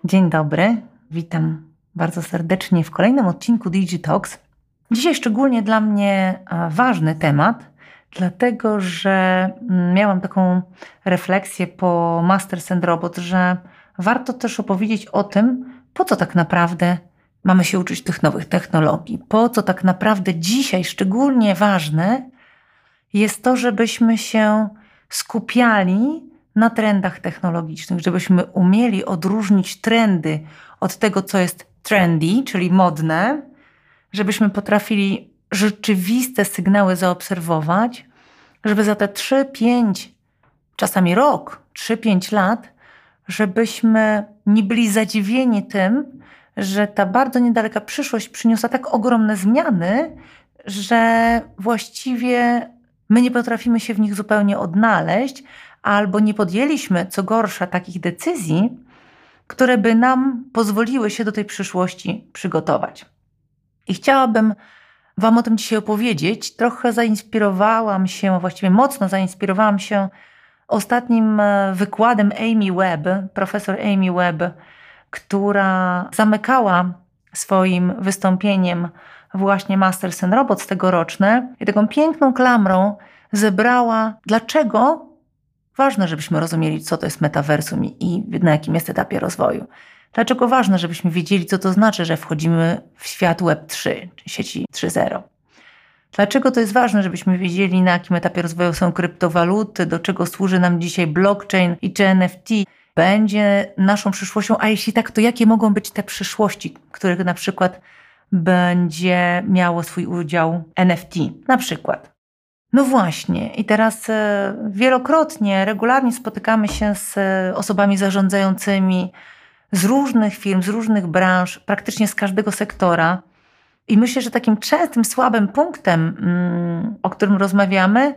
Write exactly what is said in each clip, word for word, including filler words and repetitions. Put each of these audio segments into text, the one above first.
Dzień dobry, witam bardzo serdecznie w kolejnym odcinku DigiTalks. Dzisiaj szczególnie dla mnie ważny temat, dlatego że miałam taką refleksję po Masters and Robots, że warto też opowiedzieć o tym, po co tak naprawdę mamy się uczyć tych nowych technologii, po co tak naprawdę dzisiaj szczególnie ważne jest to, żebyśmy się skupiali na trendach technologicznych, żebyśmy umieli odróżnić trendy od tego, co jest trendy, czyli modne, żebyśmy potrafili rzeczywiste sygnały zaobserwować, żeby za te trzy, pięć, czasami rok, trzy, pięć lat, żebyśmy nie byli zadziwieni tym, że ta bardzo niedaleka przyszłość przyniosła tak ogromne zmiany, że właściwie my nie potrafimy się w nich zupełnie odnaleźć, albo nie podjęliśmy, co gorsza, takich decyzji, które by nam pozwoliły się do tej przyszłości przygotować. I chciałabym Wam o tym dzisiaj opowiedzieć. Trochę zainspirowałam się, właściwie mocno zainspirowałam się ostatnim wykładem Amy Webb, profesor Amy Webb, która zamykała swoim wystąpieniem właśnie Masters and Robots tegoroczne i taką piękną klamrą zebrała, dlaczego ważne, żebyśmy rozumieli, co to jest metaversum i na jakim jest etapie rozwoju. Dlaczego ważne, żebyśmy wiedzieli, co to znaczy, że wchodzimy w świat web trzy, czy sieci trzy zero. Dlaczego to jest ważne, żebyśmy wiedzieli, na jakim etapie rozwoju są kryptowaluty, do czego służy nam dzisiaj blockchain i czy N F T będzie naszą przyszłością, a jeśli tak, to jakie mogą być te przyszłości, których na przykład będzie miało swój udział N F T, na przykład. No właśnie, i teraz wielokrotnie, regularnie spotykamy się z osobami zarządzającymi z różnych firm, z różnych branż, praktycznie z każdego sektora. I myślę, że takim częstym słabym punktem, o którym rozmawiamy,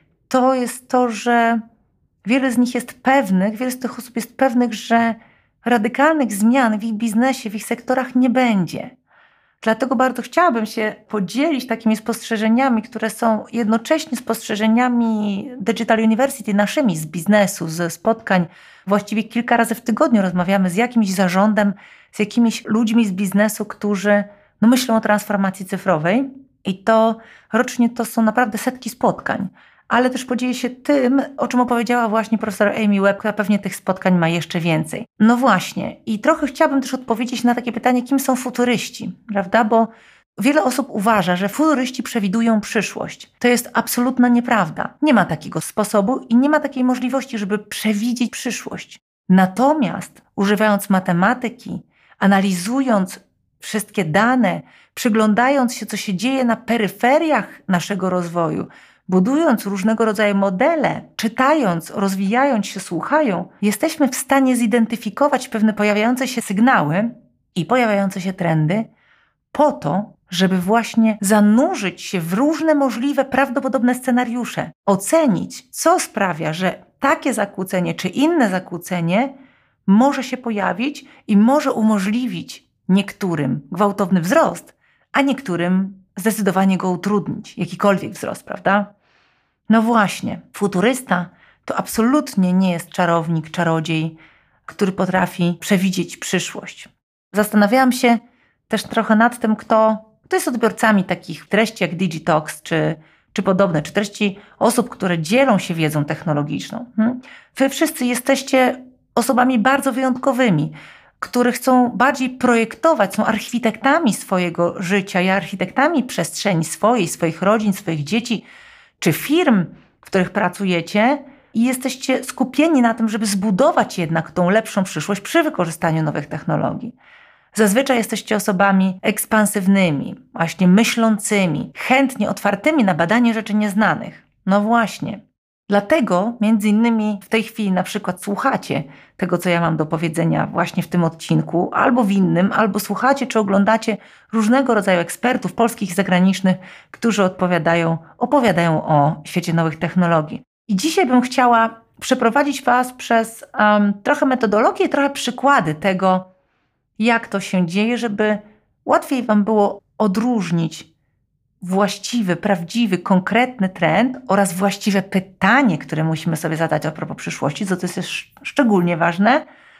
to jest to, że wiele z nich jest pewnych, wiele z tych osób jest pewnych, że radykalnych zmian w ich biznesie, w ich sektorach nie będzie. Dlatego bardzo chciałabym się podzielić takimi spostrzeżeniami, które są jednocześnie spostrzeżeniami Digital University, naszymi z biznesu, ze spotkań. Właściwie kilka razy w tygodniu rozmawiamy z jakimś zarządem, z jakimiś ludźmi z biznesu, którzy no, myślą o transformacji cyfrowej. I to rocznie to są naprawdę setki spotkań. Ale też podzielę się tym, o czym opowiedziała właśnie profesor Amy Webb, która pewnie tych spotkań ma jeszcze więcej. No właśnie. I trochę chciałabym też odpowiedzieć na takie pytanie, kim są futuryści, prawda? Bo wiele osób uważa, że futuryści przewidują przyszłość. To jest absolutna nieprawda. Nie ma takiego sposobu i nie ma takiej możliwości, żeby przewidzieć przyszłość. Natomiast używając matematyki, analizując wszystkie dane, przyglądając się, co się dzieje na peryferiach naszego rozwoju, budując różnego rodzaju modele, czytając, rozwijając się, słuchają, jesteśmy w stanie zidentyfikować pewne pojawiające się sygnały i pojawiające się trendy po to, żeby właśnie zanurzyć się w różne możliwe, prawdopodobne scenariusze, ocenić, co sprawia, że takie zakłócenie czy inne zakłócenie może się pojawić i może umożliwić niektórym gwałtowny wzrost, a niektórym zdecydowanie go utrudnić, jakikolwiek wzrost, prawda? No właśnie, futurysta to absolutnie nie jest czarownik, czarodziej, który potrafi przewidzieć przyszłość. Zastanawiałam się też trochę nad tym, kto, kto jest odbiorcami takich treści jak DigiTalks czy, czy podobne, czy treści osób, które dzielą się wiedzą technologiczną. Hmm? Wy wszyscy jesteście osobami bardzo wyjątkowymi, które chcą bardziej projektować, są architektami swojego życia i architektami przestrzeni swojej, swoich rodzin, swoich dzieci, czy firm, w których pracujecie i jesteście skupieni na tym, żeby zbudować jednak tą lepszą przyszłość przy wykorzystaniu nowych technologii. Zazwyczaj jesteście osobami ekspansywnymi, właśnie myślącymi, chętnie otwartymi na badanie rzeczy nieznanych. No właśnie. Dlatego między innymi w tej chwili na przykład słuchacie tego, co ja mam do powiedzenia właśnie w tym odcinku, albo w innym, albo słuchacie czy oglądacie różnego rodzaju ekspertów polskich i zagranicznych, którzy odpowiadają, opowiadają o świecie nowych technologii. I dzisiaj bym chciała przeprowadzić Was przez um, trochę metodologię, trochę przykłady tego, jak to się dzieje, żeby łatwiej Wam było odróżnić właściwy, prawdziwy, konkretny trend oraz właściwe pytanie, które musimy sobie zadać a propos przyszłości, co to jest szczególnie ważne,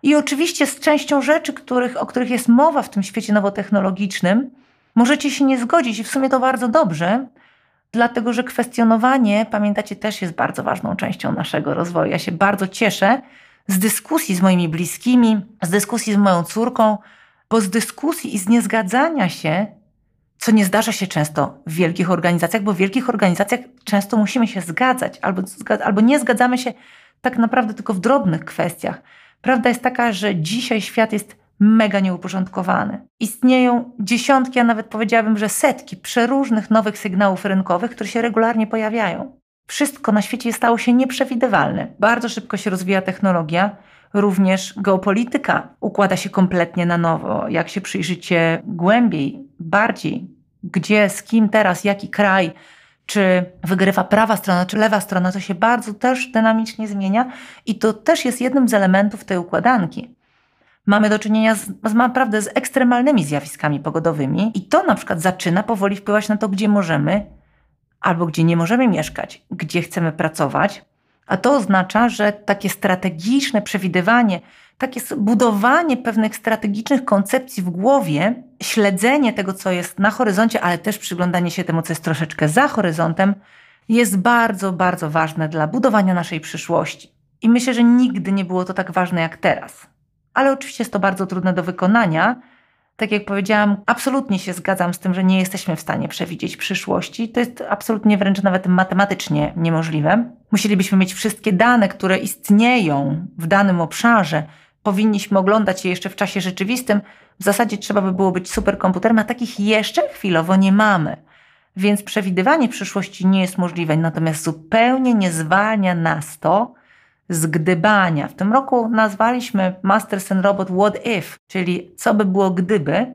I oczywiście z częścią rzeczy, których, o których jest mowa w tym świecie nowotechnologicznym, możecie się nie zgodzić i w sumie to bardzo dobrze, dlatego że kwestionowanie, pamiętacie, też jest bardzo ważną częścią naszego rozwoju. Ja się bardzo cieszę z dyskusji z moimi bliskimi, z dyskusji z moją córką, bo z dyskusji i z niezgadzania się, co nie zdarza się często w wielkich organizacjach, bo w wielkich organizacjach często musimy się zgadzać albo, albo nie zgadzamy się tak naprawdę tylko w drobnych kwestiach. Prawda jest taka, że dzisiaj świat jest mega nieuporządkowany. Istnieją dziesiątki, a nawet powiedziałabym, że setki przeróżnych nowych sygnałów rynkowych, które się regularnie pojawiają. Wszystko na świecie stało się nieprzewidywalne. Bardzo szybko się rozwija technologia, również geopolityka układa się kompletnie na nowo. Jak się przyjrzycie głębiej, bardziej, gdzie, z kim teraz, jaki kraj, czy wygrywa prawa strona, czy lewa strona, to się bardzo też dynamicznie zmienia i to też jest jednym z elementów tej układanki. Mamy do czynienia z, z naprawdę z ekstremalnymi zjawiskami pogodowymi i to na przykład zaczyna powoli wpływać na to, gdzie możemy albo gdzie nie możemy mieszkać, gdzie chcemy pracować, a to oznacza, że takie strategiczne przewidywanie, takie budowanie pewnych strategicznych koncepcji w głowie, śledzenie tego, co jest na horyzoncie, ale też przyglądanie się temu, co jest troszeczkę za horyzontem, jest bardzo, bardzo ważne dla budowania naszej przyszłości. I myślę, że nigdy nie było to tak ważne jak teraz. Ale oczywiście jest to bardzo trudne do wykonania. Tak jak powiedziałam, absolutnie się zgadzam z tym, że nie jesteśmy w stanie przewidzieć przyszłości. To jest absolutnie wręcz nawet matematycznie niemożliwe. Musielibyśmy mieć wszystkie dane, które istnieją w danym obszarze. Powinniśmy oglądać je jeszcze w czasie rzeczywistym. W zasadzie trzeba by było być superkomputerem, a takich jeszcze chwilowo nie mamy. Więc przewidywanie przyszłości nie jest możliwe. Natomiast zupełnie nie zwalnia nas to z gdybania. W tym roku nazwaliśmy Masters and Robot What If, czyli co by było gdyby.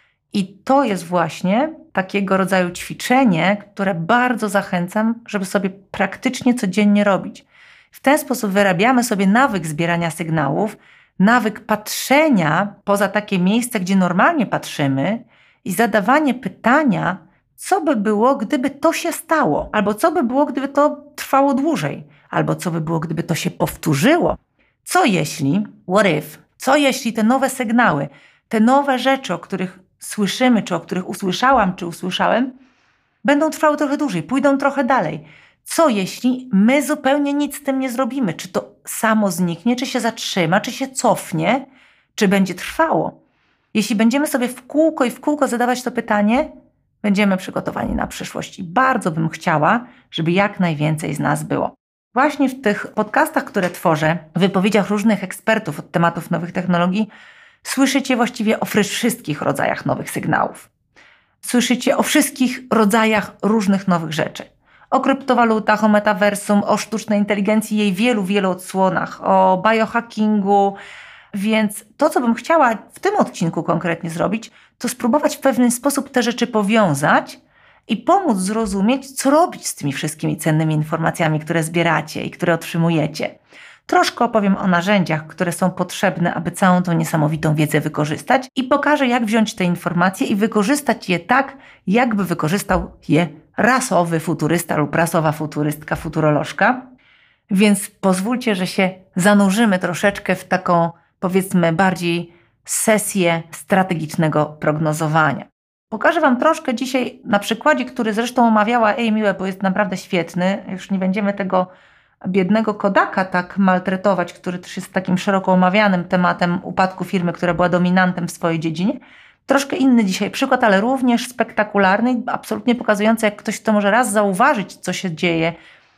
I to jest właśnie takiego rodzaju ćwiczenie, które bardzo zachęcam, żeby sobie praktycznie codziennie robić. W ten sposób wyrabiamy sobie nawyk zbierania sygnałów, nawyk patrzenia poza takie miejsca, gdzie normalnie patrzymy i zadawanie pytania, co by było, gdyby to się stało, albo co by było, gdyby to trwało dłużej, albo co by było, gdyby to się powtórzyło. Co jeśli, what if, co jeśli te nowe sygnały, te nowe rzeczy, o których słyszymy, czy o których usłyszałam, czy usłyszałem, będą trwały trochę dłużej, pójdą trochę dalej. Co jeśli my zupełnie nic z tym nie zrobimy? Czy to samo zniknie, czy się zatrzyma, czy się cofnie, czy będzie trwało? Jeśli będziemy sobie w kółko i w kółko zadawać to pytanie, będziemy przygotowani na przyszłość. I bardzo bym chciała, żeby jak najwięcej z nas było. Właśnie w tych podcastach, które tworzę, w wypowiedziach różnych ekspertów od tematów nowych technologii, słyszycie właściwie o wszystkich rodzajach nowych sygnałów. Słyszycie o wszystkich rodzajach różnych nowych rzeczy. O kryptowalutach, o metaversum, o sztucznej inteligencji, jej wielu, wielu odsłonach, o biohackingu. Więc to, co bym chciała w tym odcinku konkretnie zrobić, to spróbować w pewien sposób te rzeczy powiązać i pomóc zrozumieć, co robić z tymi wszystkimi cennymi informacjami, które zbieracie i które otrzymujecie. Troszkę opowiem o narzędziach, które są potrzebne, aby całą tą niesamowitą wiedzę wykorzystać i pokażę, jak wziąć te informacje i wykorzystać je tak, jakby wykorzystał je rasowy futurysta lub rasowa futurystka, futurolożka. Więc pozwólcie, że się zanurzymy troszeczkę w taką, powiedzmy, bardziej sesję strategicznego prognozowania. Pokażę Wam troszkę dzisiaj na przykładzie, który zresztą omawiała Amy Webb, bo jest naprawdę świetny. Już nie będziemy tego biednego Kodaka tak maltretować, który też jest takim szeroko omawianym tematem upadku firmy, która była dominantem w swojej dziedzinie. Troszkę inny dzisiaj przykład, ale również spektakularny i absolutnie pokazujący, jak ktoś to może raz zauważyć, co się dzieje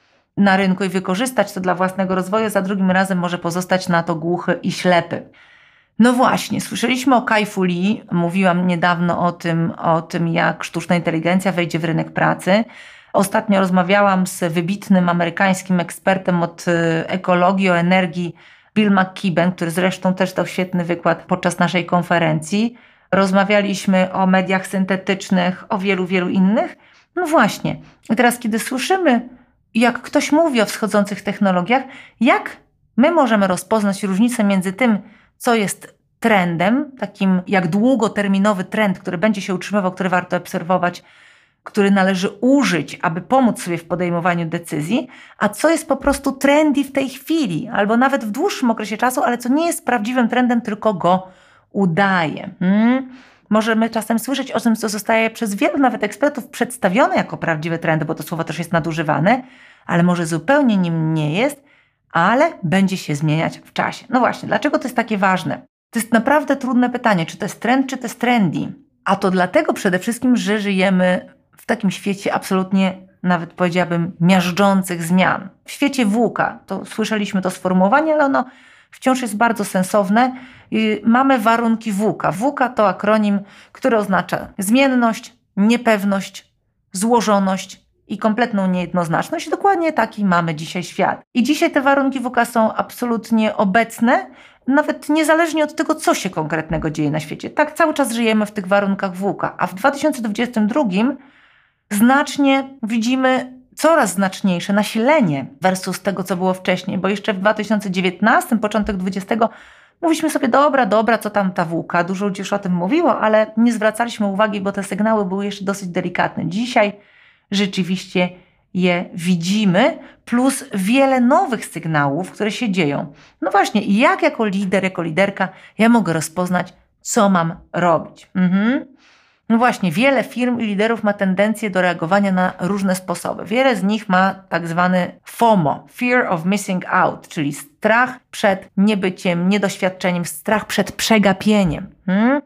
na rynku i wykorzystać to dla własnego rozwoju, za drugim razem może pozostać na to głuchy i ślepy. No właśnie, słyszeliśmy o Kai-Fu Lee, mówiłam niedawno o tym, o tym, jak sztuczna inteligencja wejdzie w rynek pracy. Ostatnio rozmawiałam z wybitnym amerykańskim ekspertem od ekologii, o energii, Bill McKibben, który zresztą też dał świetny wykład podczas naszej konferencji. Rozmawialiśmy o mediach syntetycznych, o wielu, wielu innych. No właśnie, i teraz kiedy słyszymy, jak ktoś mówi o wschodzących technologiach, jak my możemy rozpoznać różnicę między tym, co jest trendem, takim jak długoterminowy trend, który będzie się utrzymywał, który warto obserwować, który należy użyć, aby pomóc sobie w podejmowaniu decyzji, a co jest po prostu trendy w tej chwili, albo nawet w dłuższym okresie czasu, ale co nie jest prawdziwym trendem, tylko go udaje. Hmm? Możemy czasem słyszeć o tym, co zostaje przez wielu nawet ekspertów przedstawione jako prawdziwy trend, bo to słowo też jest nadużywane, ale może zupełnie nim nie jest, ale będzie się zmieniać w czasie. No właśnie, dlaczego to jest takie ważne? To jest naprawdę trudne pytanie, czy to jest trend, czy to jest trendy. A to dlatego przede wszystkim, że żyjemy w takim świecie absolutnie, nawet powiedziałabym, miażdżących zmian. W świecie włóka, to słyszeliśmy to sformułowanie, ale ono wciąż jest bardzo sensowne. Mamy warunki włóka. włóka to akronim, który oznacza zmienność, niepewność, złożoność i kompletną niejednoznaczność. I dokładnie taki mamy dzisiaj świat. I dzisiaj te warunki włóka są absolutnie obecne, nawet niezależnie od tego, co się konkretnego dzieje na świecie. Tak cały czas żyjemy w tych warunkach włóka. A w dwa tysiące dwudziestym drugim znacznie widzimy coraz znaczniejsze nasilenie versus tego, co było wcześniej, bo jeszcze w dwa tysiące dziewiętnastym, początek dwudziestego mówiliśmy sobie, dobra, dobra, co tam ta włóka, dużo ludzi już o tym mówiło, ale nie zwracaliśmy uwagi, bo te sygnały były jeszcze dosyć delikatne. Dzisiaj rzeczywiście je widzimy, plus wiele nowych sygnałów, które się dzieją. No właśnie, jak jako lider, jako liderka ja mogę rozpoznać, co mam robić? Mhm. No właśnie, wiele firm i liderów ma tendencję do reagowania na różne sposoby. Wiele z nich ma tak zwany FOMO, Fear of Missing Out, czyli strach przed niebyciem, niedoświadczeniem, strach przed przegapieniem. Hmm?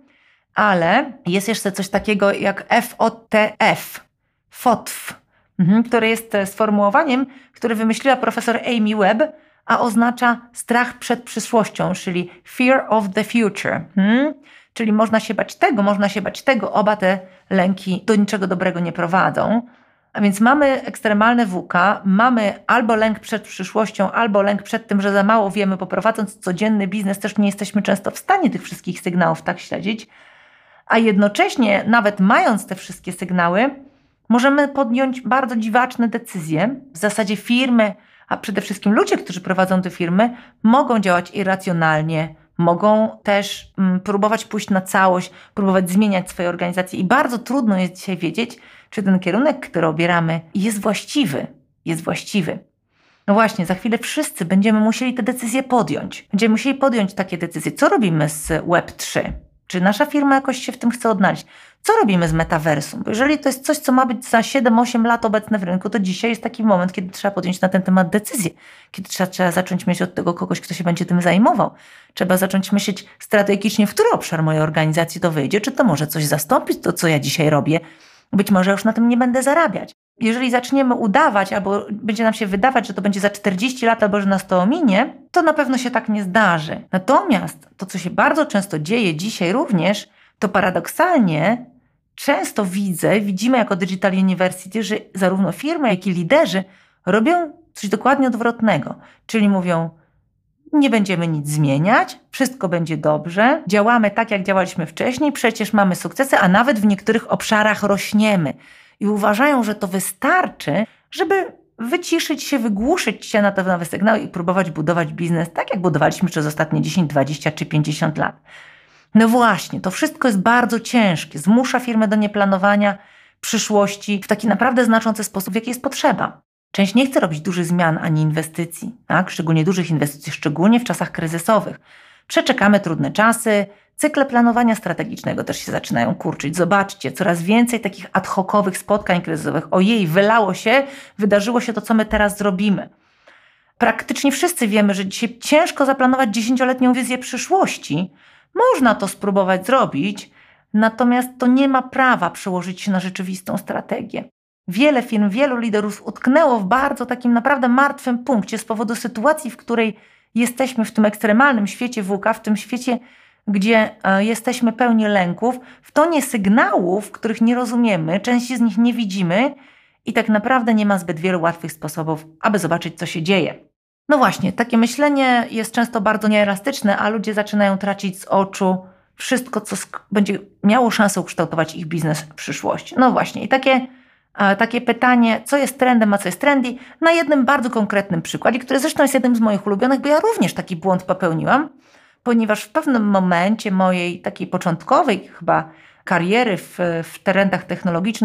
Ale jest jeszcze coś takiego jak F O T F, F O T F, mhm, które jest sformułowaniem, które wymyśliła profesor Amy Webb, a oznacza strach przed przyszłością, czyli Fear of the Future. Hmm? Czyli można się bać tego, można się bać tego, oba te lęki do niczego dobrego nie prowadzą. A więc mamy ekstremalne włóka, mamy albo lęk przed przyszłością, albo lęk przed tym, że za mało wiemy, bo prowadząc codzienny biznes też nie jesteśmy często w stanie tych wszystkich sygnałów tak śledzić, a jednocześnie nawet mając te wszystkie sygnały, możemy podjąć bardzo dziwaczne decyzje. W zasadzie firmy, a przede wszystkim ludzie, którzy prowadzą te firmy, mogą działać irracjonalnie, mogą też mm, próbować pójść na całość, próbować zmieniać swoje organizacje i bardzo trudno jest dzisiaj wiedzieć, czy ten kierunek, który obieramy, jest właściwy, jest właściwy. No właśnie, za chwilę wszyscy będziemy musieli te decyzje podjąć. Będziemy musieli podjąć takie decyzje. Co robimy z Web trzy? Czy nasza firma jakoś się w tym chce odnaleźć? Co robimy z metaversum? Bo jeżeli to jest coś, co ma być za siedem osiem lat obecne w rynku, to dzisiaj jest taki moment, kiedy trzeba podjąć na ten temat decyzję. Kiedy trzeba, trzeba zacząć myśleć od tego kogoś, kto się będzie tym zajmował. Trzeba zacząć myśleć strategicznie, w który obszar mojej organizacji to wyjdzie. Czy to może coś zastąpić, to co ja dzisiaj robię? Być może już na tym nie będę zarabiać. Jeżeli zaczniemy udawać, albo będzie nam się wydawać, że to będzie za czterdzieści lat, albo że nas to ominie, to na pewno się tak nie zdarzy. Natomiast to, co się bardzo często dzieje dzisiaj również, to paradoksalnie często widzę, widzimy jako Digital University, że zarówno firmy, jak i liderzy robią coś dokładnie odwrotnego. Czyli mówią, nie będziemy nic zmieniać, wszystko będzie dobrze, działamy tak, jak działaliśmy wcześniej, przecież mamy sukcesy, a nawet w niektórych obszarach rośniemy. I uważają, że to wystarczy, żeby wyciszyć się, wygłuszyć się na te nowe sygnały i próbować budować biznes tak, jak budowaliśmy przez ostatnie dziesięć, dwadzieścia czy pięćdziesiąt lat. No właśnie, to wszystko jest bardzo ciężkie. Zmusza firmę do nieplanowania przyszłości w taki naprawdę znaczący sposób, w jaki jest potrzeba. Część nie chce robić dużych zmian ani inwestycji, tak? Szczególnie dużych inwestycji, szczególnie w czasach kryzysowych. Przeczekamy trudne czasy, cykle planowania strategicznego też się zaczynają kurczyć. Zobaczcie, coraz więcej takich ad hocowych spotkań kryzysowych. Ojej, wylało się, wydarzyło się to, co my teraz zrobimy. Praktycznie wszyscy wiemy, że dzisiaj ciężko zaplanować dziesięcioletnią wizję przyszłości. Można to spróbować zrobić, natomiast to nie ma prawa przełożyć się na rzeczywistą strategię. Wiele firm, wielu liderów utknęło w bardzo takim naprawdę martwym punkcie z powodu sytuacji, w której jesteśmy w tym ekstremalnym świecie włóka, w tym świecie, gdzie e, jesteśmy pełni lęków, w tonie sygnałów, których nie rozumiemy, części z nich nie widzimy i tak naprawdę nie ma zbyt wielu łatwych sposobów, aby zobaczyć, co się dzieje. No właśnie, takie myślenie jest często bardzo nieelastyczne, a ludzie zaczynają tracić z oczu wszystko, co sk- będzie miało szansę ukształtować ich biznes w przyszłości. No właśnie, i takie, e, takie pytanie, co jest trendem, a co jest trendy, na jednym bardzo konkretnym przykładzie, który zresztą jest jednym z moich ulubionych, bo ja również taki błąd popełniłam, ponieważ w pewnym momencie mojej takiej początkowej chyba kariery w, w trendach technologicznych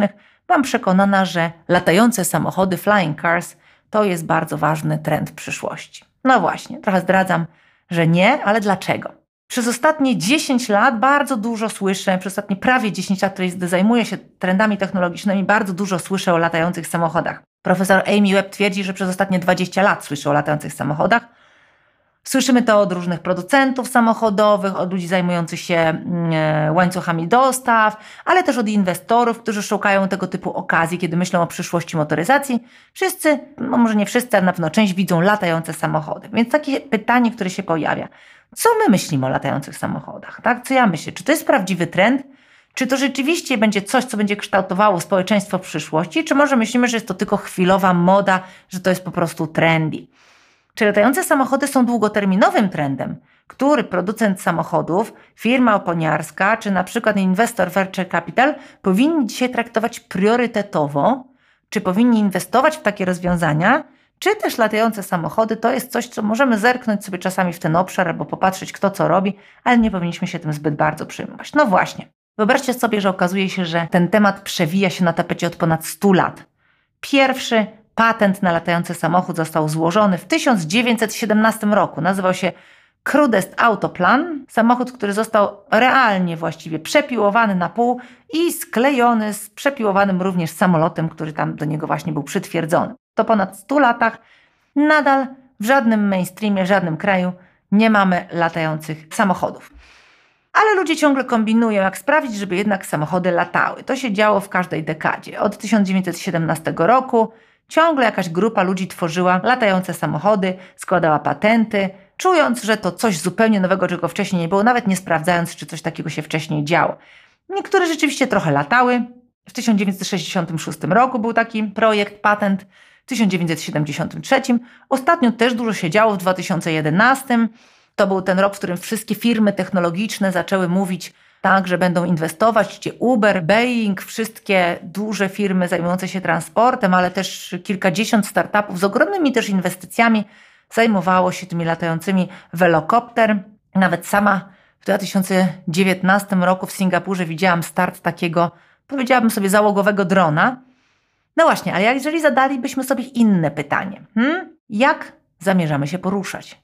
byłam przekonana, że latające samochody, flying cars, to jest bardzo ważny trend przyszłości. No właśnie, trochę zdradzam, że nie, ale dlaczego? Przez ostatnie dziesięć lat bardzo dużo słyszę, przez ostatnie prawie dziesięć lat, które zajmuję się trendami technologicznymi, bardzo dużo słyszę o latających samochodach. Profesor Amy Webb twierdzi, że przez ostatnie dwadzieścia lat słyszy o latających samochodach. Słyszymy to od różnych producentów samochodowych, od ludzi zajmujących się łańcuchami dostaw, ale też od inwestorów, którzy szukają tego typu okazji, kiedy myślą o przyszłości motoryzacji. Wszyscy, no może nie wszyscy, ale na pewno część widzą latające samochody. Więc takie pytanie, które się pojawia. Co my myślimy o latających samochodach? Tak? Co ja myślę? Czy to jest prawdziwy trend? Czy to rzeczywiście będzie coś, co będzie kształtowało społeczeństwo w przyszłości? Czy może myślimy, że jest to tylko chwilowa moda, że to jest po prostu trendy? Czy latające samochody są długoterminowym trendem, który producent samochodów, firma oponiarska czy na przykład inwestor venture capital powinni dzisiaj traktować priorytetowo? Czy powinni inwestować w takie rozwiązania? Czy też latające samochody to jest coś, co możemy zerknąć sobie czasami w ten obszar albo popatrzeć, kto co robi, ale nie powinniśmy się tym zbyt bardzo przejmować. No właśnie. Wyobraźcie sobie, że okazuje się, że ten temat przewija się na tapecie od ponad stu lat. Pierwszy patent na latający samochód został złożony w tysiąc dziewięćset siedemnastym roku. Nazywał się Crudest Autoplan. Samochód, który został realnie właściwie przepiłowany na pół i sklejony z przepiłowanym również samolotem, który tam do niego właśnie był przytwierdzony. To ponad stu latach nadal w żadnym mainstreamie, w żadnym kraju nie mamy latających samochodów. Ale ludzie ciągle kombinują, jak sprawić, żeby jednak samochody latały. To się działo w każdej dekadzie. Od tysiąc dziewięćset siedemnastego roku ciągle jakaś grupa ludzi tworzyła latające samochody, składała patenty, czując, że to coś zupełnie nowego, czego wcześniej nie było, nawet nie sprawdzając, czy coś takiego się wcześniej działo. Niektóre rzeczywiście trochę latały. W tysiąc dziewięćset sześćdziesiątym szóstym roku był taki projekt, patent. W tysiąc dziewięćset siedemdziesiątym trzecim. Ostatnio też dużo się działo w dwa tysiące jedenastym. To był ten rok, w którym wszystkie firmy technologiczne zaczęły mówić tak, że będą inwestować, gdzie Uber, Boeing, wszystkie duże firmy zajmujące się transportem, ale też kilkadziesiąt startupów z ogromnymi też inwestycjami zajmowało się tymi latającymi Velocopter. Nawet sama w dwa tysiące dziewiętnastym roku w Singapurze widziałam start takiego, powiedziałabym sobie, załogowego drona. No właśnie, ale jeżeli zadalibyśmy sobie inne pytanie, hmm? jak zamierzamy się poruszać?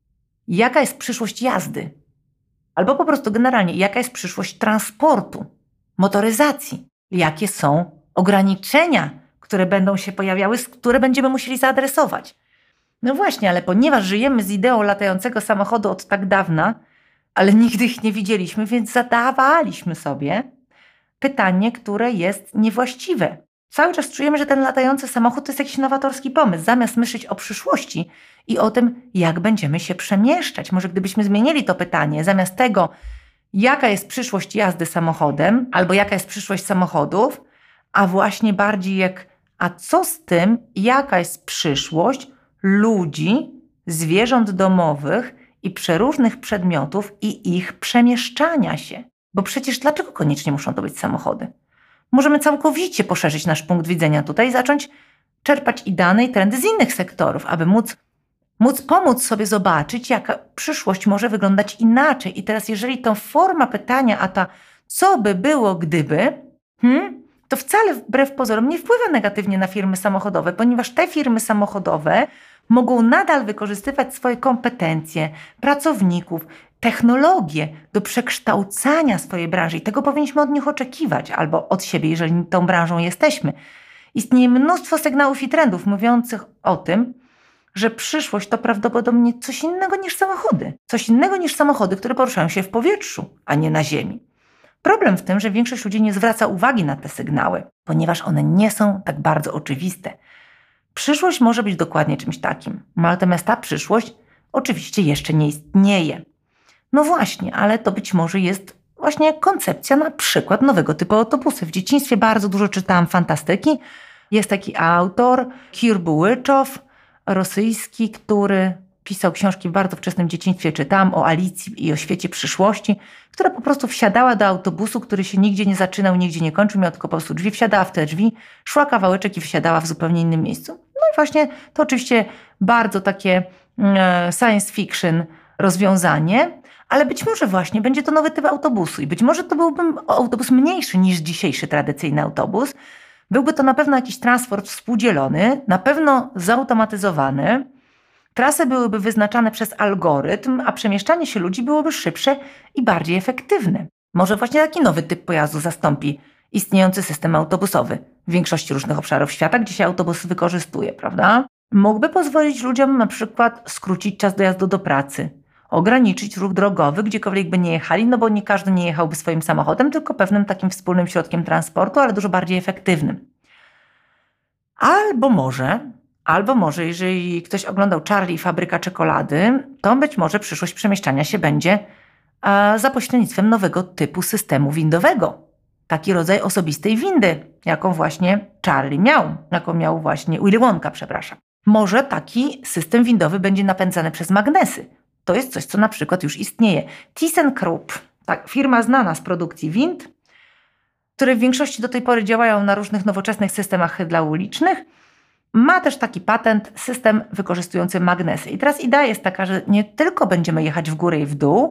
Jaka jest przyszłość jazdy? Albo po prostu generalnie, jaka jest przyszłość transportu, motoryzacji? Jakie są ograniczenia, które będą się pojawiały, które będziemy musieli zaadresować? No właśnie, ale ponieważ żyjemy z ideą latającego samochodu od tak dawna, ale nigdy ich nie widzieliśmy, więc zadawaliśmy sobie pytanie, które jest niewłaściwe. Cały czas czujemy, że ten latający samochód to jest jakiś nowatorski pomysł, zamiast myśleć o przyszłości i o tym, jak będziemy się przemieszczać. Może gdybyśmy zmienili to pytanie, zamiast tego, jaka jest przyszłość jazdy samochodem, albo jaka jest przyszłość samochodów, a właśnie bardziej jak, a co z tym, jaka jest przyszłość ludzi, zwierząt domowych i przeróżnych przedmiotów i ich przemieszczania się. Bo przecież dlaczego koniecznie muszą to być samochody? Możemy całkowicie poszerzyć nasz punkt widzenia tutaj i zacząć czerpać i dane, i trendy z innych sektorów, aby móc, móc pomóc sobie zobaczyć, jaka przyszłość może wyglądać inaczej. I teraz jeżeli to forma pytania, a ta co by było gdyby, hmm, to wcale wbrew pozorom nie wpływa negatywnie na firmy samochodowe, ponieważ te firmy samochodowe mogą nadal wykorzystywać swoje kompetencje, pracowników, technologię do przekształcania swojej branży i tego powinniśmy od nich oczekiwać albo od siebie, jeżeli tą branżą jesteśmy. Istnieje mnóstwo sygnałów i trendów mówiących o tym, że przyszłość to prawdopodobnie coś innego niż samochody. Coś innego niż samochody, które poruszają się w powietrzu, a nie na ziemi. Problem w tym, że większość ludzi nie zwraca uwagi na te sygnały, ponieważ one nie są tak bardzo oczywiste. Przyszłość może być dokładnie czymś takim, natomiast ta przyszłość oczywiście jeszcze nie istnieje. No właśnie, ale to być może jest właśnie koncepcja na przykład nowego typu autobusu. W dzieciństwie bardzo dużo czytałam fantastyki. Jest taki autor, Kir Bułyczow, rosyjski, który pisał książki w bardzo wczesnym dzieciństwie. Czytałam o Alicji i o świecie przyszłości, która po prostu wsiadała do autobusu, który się nigdzie nie zaczynał, nigdzie nie kończył, miał tylko po prostu drzwi, wsiadała w te drzwi, szła kawałeczek i wsiadała w zupełnie innym miejscu. No i właśnie to oczywiście bardzo takie e, science fiction rozwiązanie, ale być może właśnie będzie to nowy typ autobusu i być może to byłby autobus mniejszy niż dzisiejszy tradycyjny autobus, Byłby to na pewno jakiś transport współdzielony, na pewno zautomatyzowany, trasy byłyby wyznaczane przez algorytm, a przemieszczanie się ludzi byłoby szybsze i bardziej efektywne. Może właśnie taki nowy typ pojazdu zastąpi istniejący system autobusowy w większości różnych obszarów świata, gdzie się autobus wykorzystuje, prawda? Mógłby pozwolić ludziom na przykład skrócić czas dojazdu do pracy, ograniczyć ruch drogowy, gdziekolwiek by nie jechali, no bo nie każdy nie jechałby swoim samochodem, tylko pewnym takim wspólnym środkiem transportu, ale dużo bardziej efektywnym. Albo może, albo może, jeżeli ktoś oglądał Charlie i Fabryka Czekolady, to być może przyszłość przemieszczania się będzie a, za pośrednictwem nowego typu systemu windowego. Taki rodzaj osobistej windy, jaką właśnie Charlie miał, jaką miał właśnie Willy Wonka, przepraszam. Może taki system windowy będzie napędzany przez magnesy. To jest coś, co na przykład już istnieje. ThyssenKrupp, tak, firma znana z produkcji wind, które w większości do tej pory działają na różnych nowoczesnych systemach hydraulicznych, ma też taki patent, system wykorzystujący magnesy. I teraz idea jest taka, że nie tylko będziemy jechać w górę i w dół,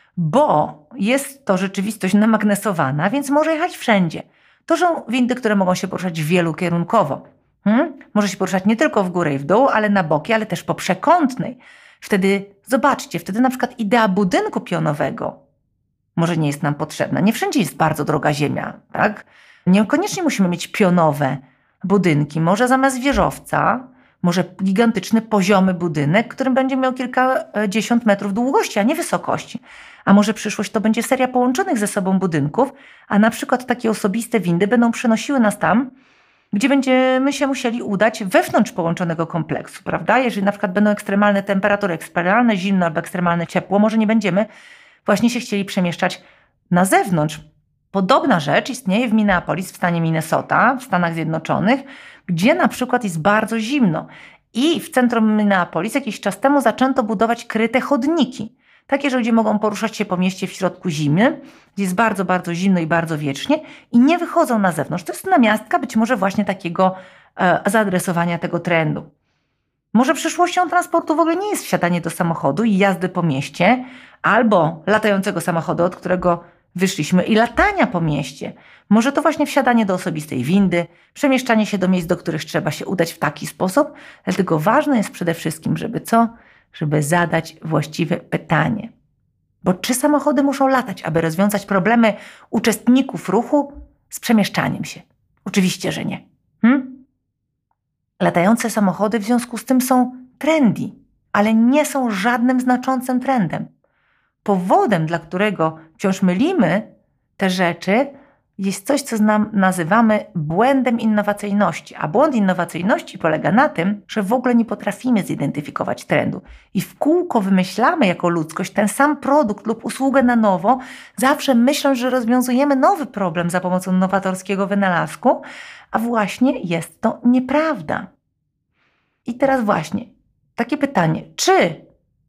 bo jest to rzeczywistość namagnesowana, więc może jechać wszędzie. To są windy, które mogą się poruszać wielokierunkowo. Hmm? Może się poruszać nie tylko w górę i w dół, ale na boki, ale też po przekątnej. Wtedy, zobaczcie, wtedy na przykład idea budynku pionowego może nie jest nam potrzebna. Nie wszędzie jest bardzo droga ziemia, tak? Niekoniecznie musimy mieć pionowe budynki. Może zamiast wieżowca, może gigantyczny, poziomy budynek, który będzie miał kilkadziesiąt metrów długości, a nie wysokości. A może przyszłość to będzie seria połączonych ze sobą budynków, a na przykład takie osobiste windy będą przenosiły nas tam, gdzie będziemy się musieli udać wewnątrz połączonego kompleksu, prawda? Jeżeli na przykład będą ekstremalne temperatury, ekstremalne zimno albo ekstremalne ciepło, może nie będziemy właśnie się chcieli przemieszczać na zewnątrz. Podobna rzecz istnieje w Minneapolis w stanie Minnesota, w Stanach Zjednoczonych, gdzie na przykład jest bardzo zimno. I w centrum Minneapolis jakiś czas temu zaczęto budować kryte chodniki. Takie, że ludzie mogą poruszać się po mieście w środku zimy, gdzie jest bardzo, bardzo zimno i bardzo wiecznie i nie wychodzą na zewnątrz. To jest namiastka być może właśnie takiego e, zaadresowania tego trendu. Może przyszłością transportu w ogóle nie jest wsiadanie do samochodu i jazdy po mieście, albo latającego samochodu, od którego wyszliśmy, i latania po mieście. Może to właśnie wsiadanie do osobistej windy, przemieszczanie się do miejsc, do których trzeba się udać w taki sposób. Dlatego ważne jest przede wszystkim, żeby co? Żeby zadać właściwe pytanie. Bo czy samochody muszą latać, aby rozwiązać problemy uczestników ruchu z przemieszczaniem się? Oczywiście, że nie. Hmm? Latające samochody w związku z tym są trendy, ale nie są żadnym znaczącym trendem. Powodem, dla którego wciąż mylimy te rzeczy, jest coś, co nam nazywamy błędem innowacyjności. A błąd innowacyjności polega na tym, że w ogóle nie potrafimy zidentyfikować trendu. I w kółko wymyślamy jako ludzkość ten sam produkt lub usługę na nowo, zawsze myśląc, że rozwiązujemy nowy problem za pomocą nowatorskiego wynalazku, a właśnie jest to nieprawda. I teraz właśnie takie pytanie, czy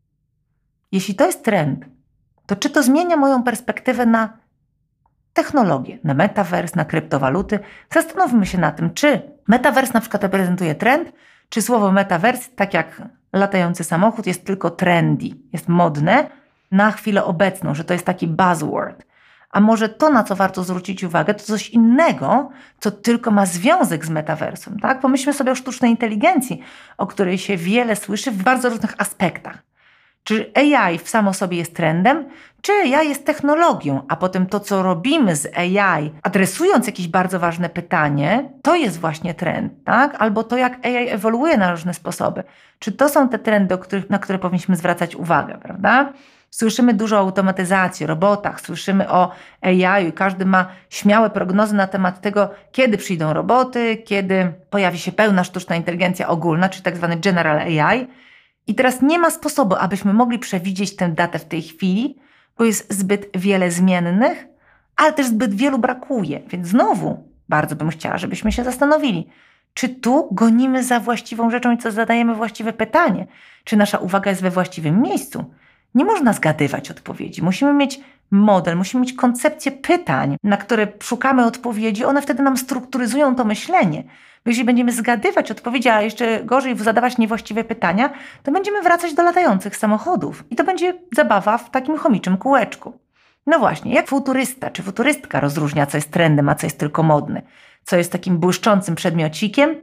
jeśli to jest trend, to czy to zmienia moją perspektywę na technologię, na metavers, na kryptowaluty? Zastanówmy się na tym, czy metavers na przykład reprezentuje trend, czy słowo metavers, tak jak latający samochód, jest tylko trendy, jest modne na chwilę obecną, że to jest taki buzzword. A może to, na co warto zwrócić uwagę, to coś innego, co tylko ma związek z metaversum, tak? Pomyślmy sobie o sztucznej inteligencji, o której się wiele słyszy w bardzo różnych aspektach. Czy A I w samo sobie jest trendem, czy A I jest technologią, a potem to, co robimy z A I, adresując jakieś bardzo ważne pytanie, to jest właśnie trend, tak? Albo to, jak A I ewoluuje na różne sposoby. Czy to są te trendy, o których, na które powinniśmy zwracać uwagę, prawda? Słyszymy dużo o automatyzacji, robotach, słyszymy o A I, każdy ma śmiałe prognozy na temat tego, kiedy przyjdą roboty, kiedy pojawi się pełna sztuczna inteligencja ogólna, czyli tak zwany general A I. I teraz nie ma sposobu, abyśmy mogli przewidzieć tę datę w tej chwili, bo jest zbyt wiele zmiennych, ale też zbyt wielu brakuje. Więc znowu bardzo bym chciała, żebyśmy się zastanowili, czy tu gonimy za właściwą rzeczą i co zadajemy właściwe pytanie, czy nasza uwaga jest we właściwym miejscu. Nie można zgadywać odpowiedzi. Musimy mieć model, musimy mieć koncepcję pytań, na które szukamy odpowiedzi. One wtedy nam strukturyzują to myślenie. Bo jeśli będziemy zgadywać odpowiedzi, a jeszcze gorzej zadawać niewłaściwe pytania, to będziemy wracać do latających samochodów. I to będzie zabawa w takim chomiczym kółeczku. No właśnie, jak futurysta czy futurystka rozróżnia, co jest trendem, a co jest tylko modne? co jest takim błyszczącym przedmiocikiem,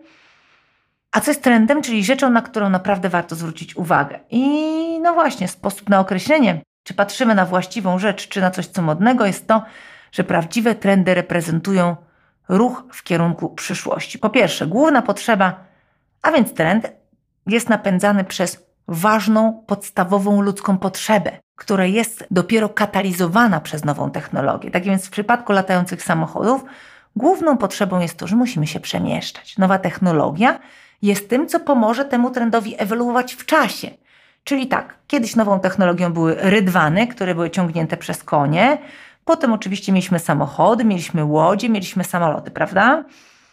a co jest trendem, czyli rzeczą, na którą naprawdę warto zwrócić uwagę. I no właśnie, sposób na określenie, czy patrzymy na właściwą rzecz, czy na coś, co modnego, jest to, że prawdziwe trendy reprezentują ruch w kierunku przyszłości. Po pierwsze, główna potrzeba, a więc trend, jest napędzany przez ważną, podstawową ludzką potrzebę, która jest dopiero katalizowana przez nową technologię. Tak więc w przypadku latających samochodów główną potrzebą jest to, że musimy się przemieszczać. Nowa technologia jest tym, co pomoże temu trendowi ewoluować w czasie. Czyli tak, kiedyś nową technologią były rydwany, które były ciągnięte przez konie. Potem oczywiście mieliśmy samochody, mieliśmy łodzie, mieliśmy samoloty, prawda?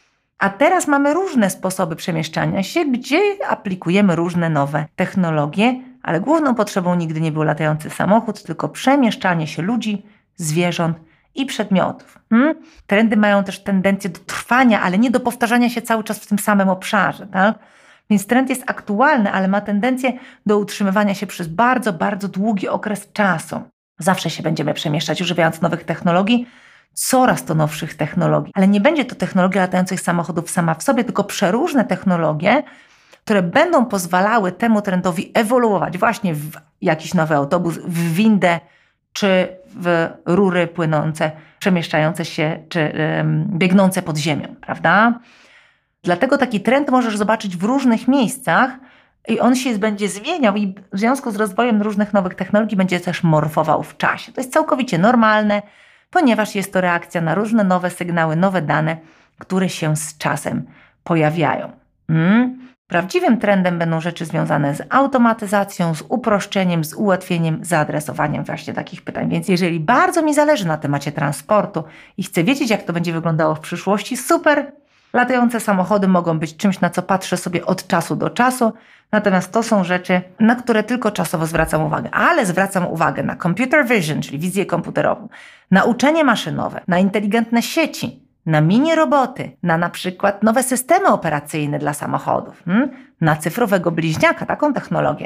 A teraz mamy różne sposoby przemieszczania się, gdzie aplikujemy różne nowe technologie, ale główną potrzebą nigdy nie był latający samochód, tylko przemieszczanie się ludzi, zwierząt i przedmiotów. Hmm? Trendy mają też tendencję do trwania, ale nie do powtarzania się cały czas w tym samym obszarze. Tak? Więc trend jest aktualny, ale ma tendencję do utrzymywania się przez bardzo, bardzo długi okres czasu. Zawsze się będziemy przemieszczać, używając nowych technologii, coraz to nowszych technologii. Ale nie będzie to technologia latających samochodów sama w sobie, tylko przeróżne technologie, które będą pozwalały temu trendowi ewoluować właśnie w jakiś nowy autobus, w windę, czy w rury płynące, przemieszczające się, czy um, biegnące pod ziemią, prawda? Dlatego taki trend możesz zobaczyć w różnych miejscach i on się będzie zmieniał i w związku z rozwojem różnych nowych technologii będzie też morfował w czasie. To jest całkowicie normalne, ponieważ jest to reakcja na różne nowe sygnały, nowe dane, które się z czasem pojawiają. Hmm? Prawdziwym trendem będą rzeczy związane z automatyzacją, z uproszczeniem, z ułatwieniem, zaadresowaniem właśnie takich pytań. Więc jeżeli bardzo mi zależy na temacie transportu i chcę wiedzieć, jak to będzie wyglądało w przyszłości, super! Latające samochody mogą być czymś, na co patrzę sobie od czasu do czasu, natomiast to są rzeczy, na które tylko czasowo zwracam uwagę. Ale zwracam uwagę na computer vision, czyli wizję komputerową, na uczenie maszynowe, na inteligentne sieci, na mini roboty, na na przykład nowe systemy operacyjne dla samochodów, hmm? na cyfrowego bliźniaka, taką technologię,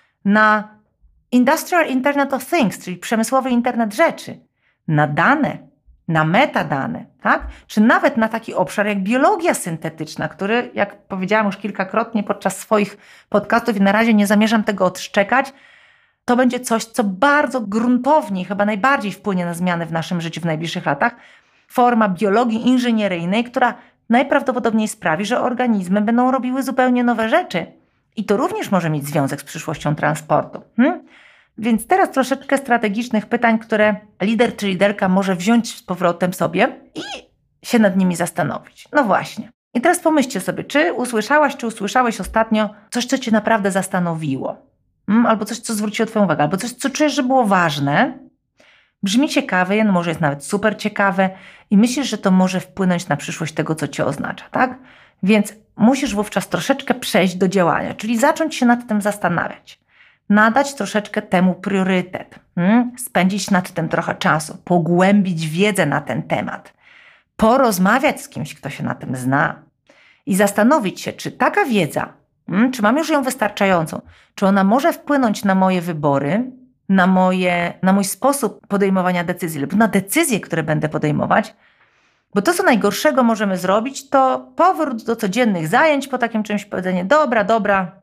na Industrial Internet of Things, czyli przemysłowy internet rzeczy, na dane, na metadane, tak? Czy nawet na taki obszar jak biologia syntetyczna, który, jak powiedziałam już kilkakrotnie podczas swoich podcastów i na razie nie zamierzam tego odszczekać, to będzie coś, co bardzo gruntownie, chyba najbardziej wpłynie na zmiany w naszym życiu w najbliższych latach. Forma biologii inżynieryjnej, która najprawdopodobniej sprawi, że organizmy będą robiły zupełnie nowe rzeczy. I to również może mieć związek z przyszłością transportu. Hmm? Więc teraz troszeczkę strategicznych pytań, które lider czy liderka może wziąć z powrotem sobie i się nad nimi zastanowić. No właśnie. I teraz pomyślcie sobie, czy usłyszałaś, czy usłyszałeś ostatnio coś, co cię naprawdę zastanowiło? Hmm? Albo coś, co zwróciło twoją uwagę, albo coś, co czujesz, że było ważne. Brzmi ciekawe, no może jest nawet super ciekawe i myślisz, że to może wpłynąć na przyszłość tego, co cię oznacza, tak? Więc musisz wówczas troszeczkę przejść do działania, czyli zacząć się nad tym zastanawiać. Nadać troszeczkę temu priorytet, hmm? spędzić nad tym trochę czasu, pogłębić wiedzę na ten temat, porozmawiać z kimś, kto się na tym zna i zastanowić się, czy taka wiedza, hmm? czy mam już ją wystarczającą, czy ona może wpłynąć na moje wybory, na, moje, na mój sposób podejmowania decyzji lub na decyzje, które będę podejmować, bo to, co najgorszego możemy zrobić, to powrót do codziennych zajęć po takim czymś, powiedzenie, dobra, dobra,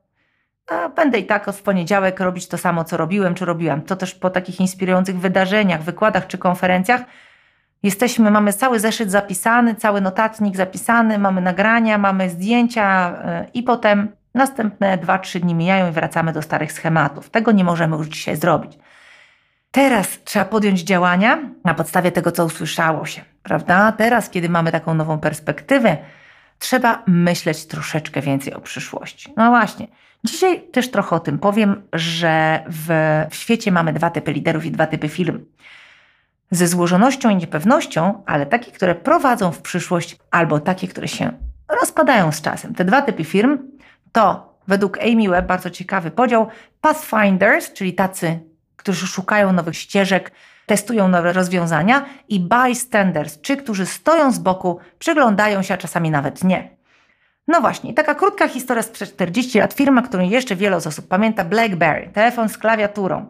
a będę i tak w poniedziałek robić to samo, co robiłem, czy robiłam. To też po takich inspirujących wydarzeniach, wykładach czy konferencjach jesteśmy, mamy cały zeszyt zapisany, cały notatnik zapisany, mamy nagrania, mamy zdjęcia yy, i potem następne dwa, trzy dni mijają i wracamy do starych schematów. Tego nie możemy już dzisiaj zrobić. Teraz trzeba podjąć działania na podstawie tego, co usłyszało się, prawda? Teraz, kiedy mamy taką nową perspektywę, trzeba myśleć troszeczkę więcej o przyszłości. No właśnie. Dzisiaj też trochę o tym powiem, że w, w świecie mamy dwa typy liderów i dwa typy firm. Ze złożonością i niepewnością, ale takie, które prowadzą w przyszłość, albo takie, które się rozpadają z czasem. Te dwa typy firm to według Amy Webb bardzo ciekawy podział Pathfinders, czyli tacy, którzy szukają nowych ścieżek, testują nowe rozwiązania i Bystanders, ci, którzy stoją z boku, przyglądają się, a czasami nawet nie. No właśnie, taka krótka historia sprzed czterdziestu lat. Firma, którą jeszcze wiele osób pamięta, BlackBerry, telefon z klawiaturą.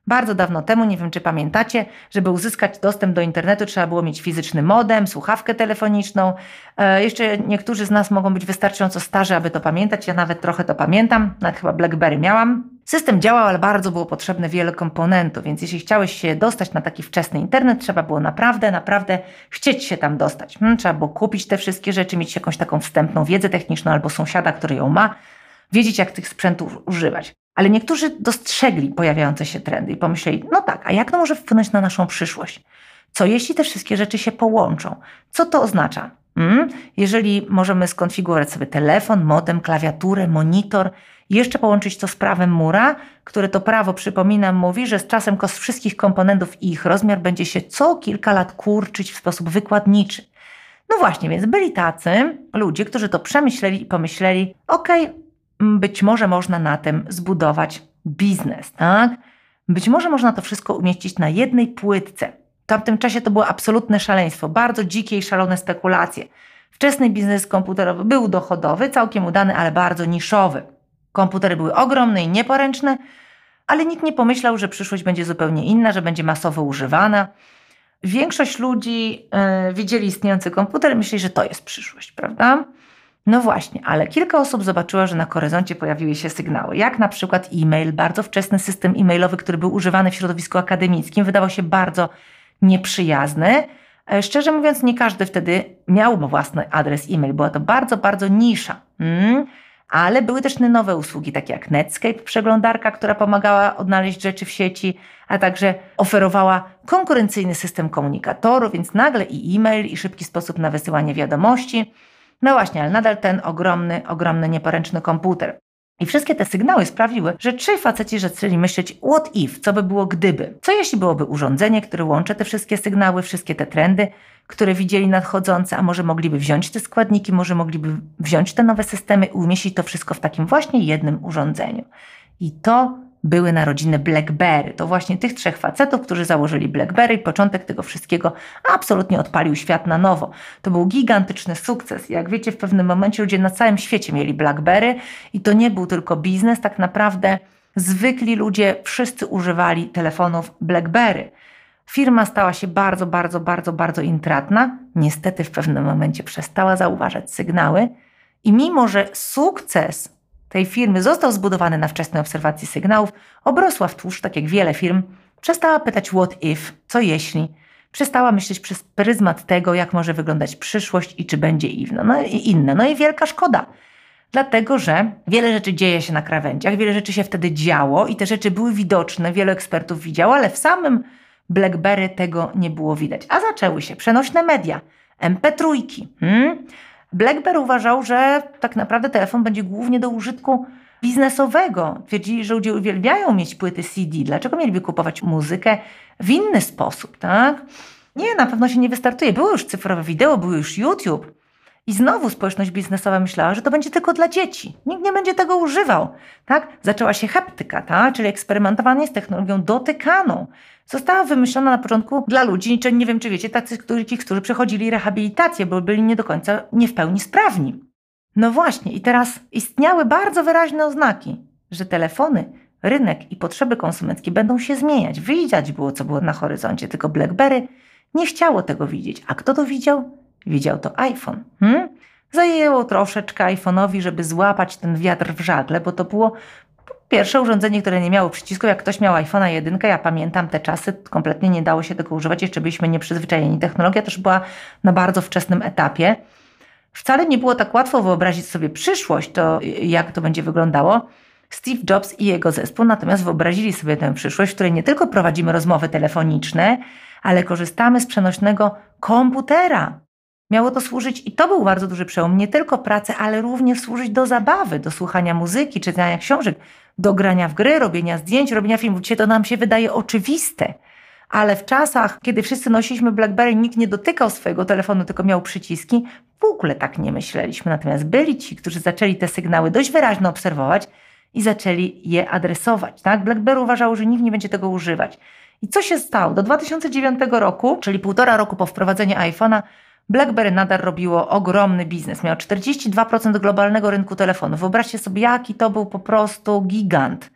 Bardzo dawno temu, nie wiem czy pamiętacie, żeby uzyskać dostęp do internetu trzeba było mieć fizyczny modem, słuchawkę telefoniczną. E, jeszcze niektórzy z nas mogą być wystarczająco starzy, aby to pamiętać. Ja nawet trochę to pamiętam, nawet chyba BlackBerry miałam. System działał, ale bardzo było potrzebne wiele komponentów, więc jeśli chciałeś się dostać na taki wczesny internet, trzeba było naprawdę, naprawdę chcieć się tam dostać. Hmm, trzeba było kupić te wszystkie rzeczy, mieć jakąś taką wstępną wiedzę techniczną albo sąsiada, który ją ma, wiedzieć jak tych sprzętów używać. Ale niektórzy dostrzegli pojawiające się trendy i pomyśleli, no tak, a jak to może wpłynąć na naszą przyszłość? Co jeśli te wszystkie rzeczy się połączą? Co to oznacza? Hmm? Jeżeli możemy skonfigurować sobie telefon, modem, klawiaturę, monitor i jeszcze połączyć to z prawem Moore'a, które to prawo, przypominam, mówi, że z czasem koszt wszystkich komponentów i ich rozmiar będzie się co kilka lat kurczyć w sposób wykładniczy. No właśnie, więc byli tacy ludzie, którzy to przemyśleli i pomyśleli, okej, okay, być może można na tym zbudować biznes, tak? Być może można to wszystko umieścić na jednej płytce. W tamtym czasie to było absolutne szaleństwo, bardzo dzikie i szalone spekulacje. Wczesny biznes komputerowy był dochodowy, całkiem udany, ale bardzo niszowy. Komputery były ogromne i nieporęczne, ale nikt nie pomyślał, że przyszłość będzie zupełnie inna, że będzie masowo używana. Większość ludzi yy, widzieli istniejący komputer i myśleli, że to jest przyszłość, prawda? No właśnie, ale kilka osób zobaczyło, że na horyzoncie pojawiły się sygnały, jak na przykład e-mail, bardzo wczesny system e-mailowy, który był używany w środowisku akademickim, wydawał się bardzo nieprzyjazny. Szczerze mówiąc, nie każdy wtedy miał własny adres e-mail, była to bardzo, bardzo nisza. Hmm. Ale były też nowe usługi, takie jak Netscape, przeglądarka, która pomagała odnaleźć rzeczy w sieci, a także oferowała konkurencyjny system komunikatoru, więc nagle i e-mail, i szybki sposób na wysyłanie wiadomości. No właśnie, ale nadal ten ogromny, ogromny, nieporęczny komputer. I wszystkie te sygnały sprawiły, że trzej faceci zaczęli myśleć what if, co by było gdyby. Co jeśli byłoby urządzenie, które łączy te wszystkie sygnały, wszystkie te trendy, które widzieli nadchodzące, a może mogliby wziąć te składniki, może mogliby wziąć te nowe systemy i umieścić to wszystko w takim właśnie jednym urządzeniu. I to były narodziny BlackBerry. To właśnie tych trzech facetów, którzy założyli BlackBerry, początek tego wszystkiego absolutnie odpalił świat na nowo. To był gigantyczny sukces. Jak wiecie, w pewnym momencie ludzie na całym świecie mieli BlackBerry i to nie był tylko biznes, tak naprawdę zwykli ludzie wszyscy używali telefonów BlackBerry. Firma stała się bardzo, bardzo, bardzo, bardzo intratna. Niestety w pewnym momencie przestała zauważać sygnały i mimo, że sukces tej firmy został zbudowany na wczesnej obserwacji sygnałów, obrosła w tłuszcz, tak jak wiele firm, przestała pytać what if, co jeśli, przestała myśleć przez pryzmat tego, jak może wyglądać przyszłość i czy będzie inna. No i inne. No i wielka szkoda, dlatego że wiele rzeczy dzieje się na krawędziach, wiele rzeczy się wtedy działo i te rzeczy były widoczne, wielu ekspertów widziało, ale w samym BlackBerry tego nie było widać. A zaczęły się przenośne media, em pe trzy. Hmm? BlackBerry uważał, że tak naprawdę telefon będzie głównie do użytku biznesowego. Twierdzili, że ludzie uwielbiają mieć płyty C D. Dlaczego mieliby kupować muzykę w inny sposób, tak? Nie, na pewno się nie wystartuje. Było już cyfrowe wideo, był już YouTube. I znowu społeczność biznesowa myślała, że to będzie tylko dla dzieci. Nikt nie będzie tego używał, tak? Zaczęła się haptyka, tak? Czyli eksperymentowanie z technologią dotykaną. Została wymyślona na początku dla ludzi, nie wiem czy wiecie, tacy, którzy, którzy przechodzili rehabilitację, bo byli nie do końca, nie w pełni sprawni. No właśnie i teraz istniały bardzo wyraźne oznaki, że telefony, rynek i potrzeby konsumenckie będą się zmieniać. Widać było, co było na horyzoncie, tylko BlackBerry nie chciało tego widzieć. A kto to widział? Widział to iPhone. Hmm? Zajęło troszeczkę iPhone'owi, żeby złapać ten wiatr w żagle, bo to było pierwsze urządzenie, które nie miało przycisku. Jak ktoś miał iPhone'a jeden, ja pamiętam te czasy, kompletnie nie dało się tego używać, jeszcze byliśmy nieprzyzwyczajeni. Technologia też była na bardzo wczesnym etapie. Wcale nie było tak łatwo wyobrazić sobie przyszłość, to jak to będzie wyglądało. Steve Jobs i jego zespół natomiast wyobrazili sobie tę przyszłość, w której nie tylko prowadzimy rozmowy telefoniczne, ale korzystamy z przenośnego komputera. Miało to służyć, i to był bardzo duży przełom, nie tylko pracy, ale również służyć do zabawy, do słuchania muzyki, czytania książek, do grania w gry, robienia zdjęć, robienia filmów. Dzisiaj to nam się wydaje oczywiste. Ale w czasach, kiedy wszyscy nosiliśmy BlackBerry, nikt nie dotykał swojego telefonu, tylko miał przyciski, w ogóle tak nie myśleliśmy. Natomiast byli ci, którzy zaczęli te sygnały dość wyraźnie obserwować i zaczęli je adresować. Tak? BlackBerry uważało, że nikt nie będzie tego używać. I co się stało? Do dwa tysiące dziewiątego roku, czyli półtora roku po wprowadzeniu iPhone'a, BlackBerry nadal robiło ogromny biznes. Miał czterdzieści dwa procent globalnego rynku telefonów. Wyobraźcie sobie, jaki to był po prostu gigant.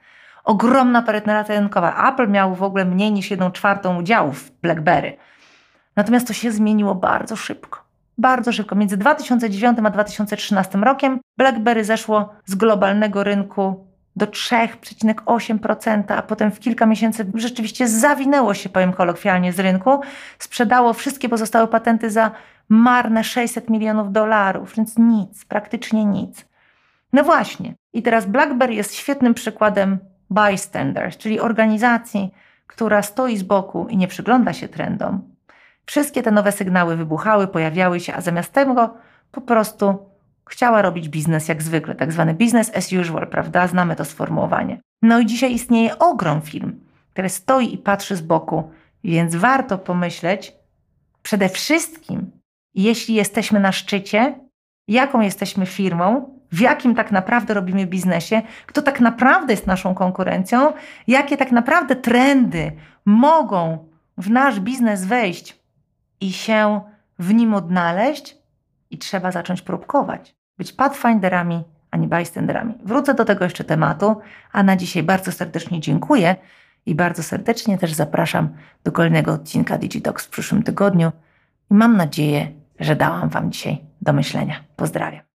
ogromna penetracja rynkowa. Apple miał w ogóle mniej niż jedną czwartą udziałów w BlackBerry. Natomiast to się zmieniło bardzo szybko. Bardzo szybko. Między dwa tysiące dziewiątym a dwa tysiące trzynastym rokiem BlackBerry zeszło z globalnego rynku do trzy przecinek osiem procent, a potem w kilka miesięcy rzeczywiście zawinęło się, powiem kolokwialnie, z rynku. Sprzedało wszystkie pozostałe patenty za marne sześćset milionów dolarów, więc nic, praktycznie nic. No właśnie. I teraz BlackBerry jest świetnym przykładem bystanders, czyli organizacji, która stoi z boku i nie przygląda się trendom. Wszystkie te nowe sygnały wybuchały, pojawiały się, a zamiast tego po prostu chciała robić biznes jak zwykle, tak zwany business as usual, prawda? Znamy to sformułowanie. No i dzisiaj istnieje ogrom firm, które stoi i patrzy z boku, więc warto pomyśleć przede wszystkim, jeśli jesteśmy na szczycie, jaką jesteśmy firmą, w jakim tak naprawdę robimy biznesie, kto tak naprawdę jest naszą konkurencją, jakie tak naprawdę trendy mogą w nasz biznes wejść i się w nim odnaleźć i trzeba zacząć próbkować. Być pathfinderami, a nie bystanderami. Wrócę do tego jeszcze tematu, a na dzisiaj bardzo serdecznie dziękuję i bardzo serdecznie też zapraszam do kolejnego odcinka DigiTalks w przyszłym tygodniu i mam nadzieję, że dałam Wam dzisiaj do myślenia. Pozdrawiam.